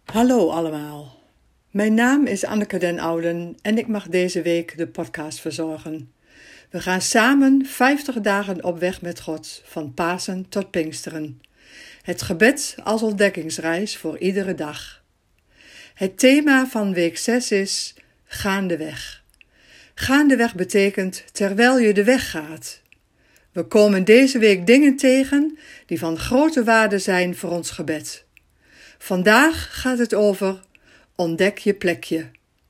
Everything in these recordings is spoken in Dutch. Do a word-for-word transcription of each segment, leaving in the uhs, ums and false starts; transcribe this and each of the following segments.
Hallo allemaal, mijn naam is Anneke den Ouden en ik mag deze week de podcast verzorgen. We gaan samen vijftig dagen op weg met God, van Pasen tot Pinksteren. Het gebed als ontdekkingsreis voor iedere dag. Het thema van week zes is gaandeweg. Gaandeweg betekent terwijl je de weg gaat. We komen deze week dingen tegen die van grote waarde zijn voor ons gebed. Vandaag gaat het over ontdek je plekje.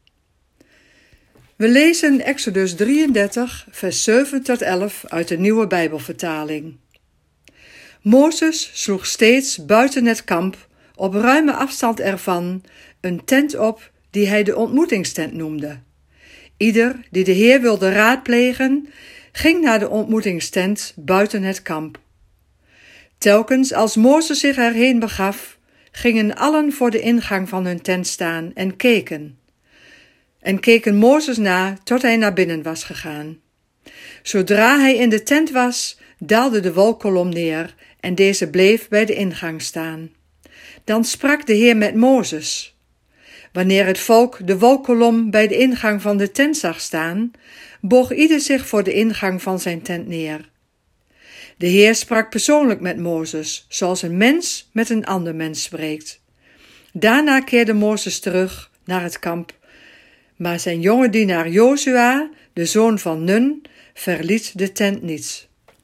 We lezen Exodus drieëndertig, vers zeven tot elf uit de Nieuwe Bijbelvertaling. Mozes sloeg steeds buiten het kamp, op ruime afstand ervan, een tent op die hij de ontmoetingstent noemde. Ieder die de Heer wilde raadplegen, ging naar de ontmoetingstent buiten het kamp. Telkens als Mozes zich erheen begaf, gingen allen voor de ingang van hun tent staan en keken. En keken Mozes na tot hij naar binnen was gegaan. Zodra hij in de tent was, daalde de wolkkolom neer en deze bleef bij de ingang staan. Dan sprak de Heer met Mozes. Wanneer het volk de wolkkolom bij de ingang van de tent zag staan, boog ieder zich voor de ingang van zijn tent neer. De Heer sprak persoonlijk met Mozes, zoals een mens met een ander mens spreekt. Daarna keerde Mozes terug naar het kamp, maar zijn jonge dienaar Jozua, de zoon van Nun, verliet de tent niet.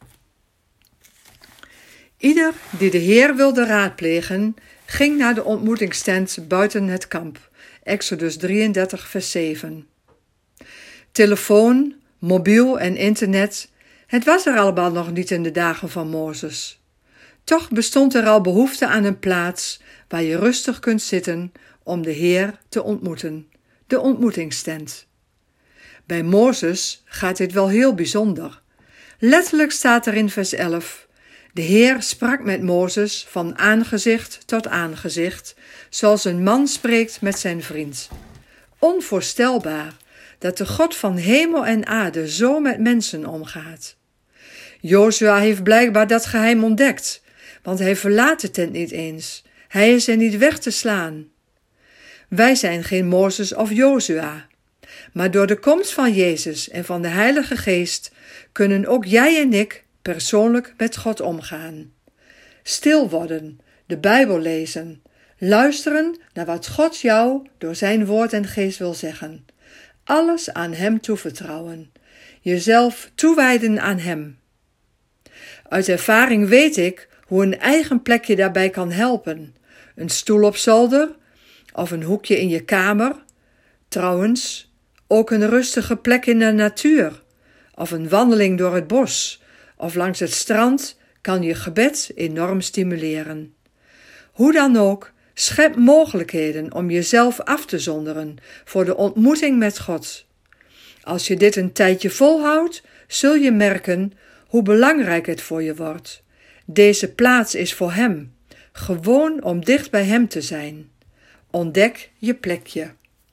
Ieder die de Heer wilde raadplegen, ging naar de ontmoetingstent buiten het kamp. Exodus drieëndertig, vers zeven. Telefoon, mobiel en internet, het was er allemaal nog niet in de dagen van Mozes. Toch bestond er al behoefte aan een plaats waar je rustig kunt zitten om de Heer te ontmoeten, de ontmoetingstent. Bij Mozes gaat dit wel heel bijzonder. Letterlijk staat er in vers elf, de Heer sprak met Mozes van aangezicht tot aangezicht, zoals een man spreekt met zijn vriend. Onvoorstelbaar dat de God van hemel en aarde zo met mensen omgaat. Jozua heeft blijkbaar dat geheim ontdekt, want hij verlaat de tent niet eens. Hij is er niet weg te slaan. Wij zijn geen Mozes of Jozua, maar door de komst van Jezus en van de Heilige Geest kunnen ook jij en ik persoonlijk met God omgaan. Stil worden, de Bijbel lezen, luisteren naar wat God jou door zijn woord en geest wil zeggen. Alles aan hem toevertrouwen, jezelf toewijden aan hem. Uit ervaring weet ik hoe een eigen plekje daarbij kan helpen. Een stoel op zolder of een hoekje in je kamer. Trouwens, ook een rustige plek in de natuur of een wandeling door het bos of langs het strand kan je gebed enorm stimuleren. Hoe dan ook, schep mogelijkheden om jezelf af te zonderen voor de ontmoeting met God. Als je dit een tijdje volhoudt, zul je merken hoe belangrijk het voor je wordt. Deze plaats is voor hem, gewoon om dicht bij hem te zijn. Ontdek je plekje.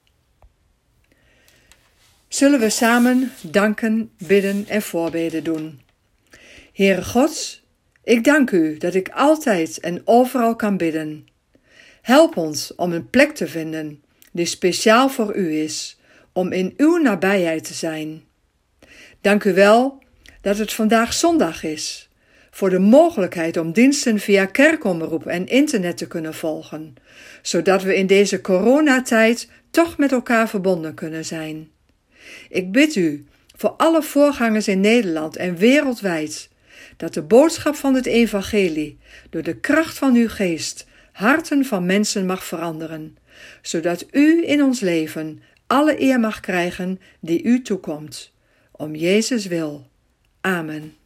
Zullen we samen danken, bidden en voorbeden doen. Heere God, ik dank u dat ik altijd en overal kan bidden. Help ons om een plek te vinden die speciaal voor u is, om in uw nabijheid te zijn. Dank u wel dat het vandaag zondag is, voor de mogelijkheid om diensten via kerkomroep en internet te kunnen volgen, zodat we in deze coronatijd toch met elkaar verbonden kunnen zijn. Ik bid u voor alle voorgangers in Nederland en wereldwijd, dat de boodschap van het evangelie door de kracht van uw geest harten van mensen mag veranderen, zodat u in ons leven alle eer mag krijgen die u toekomt. Om Jezus wil. Amen.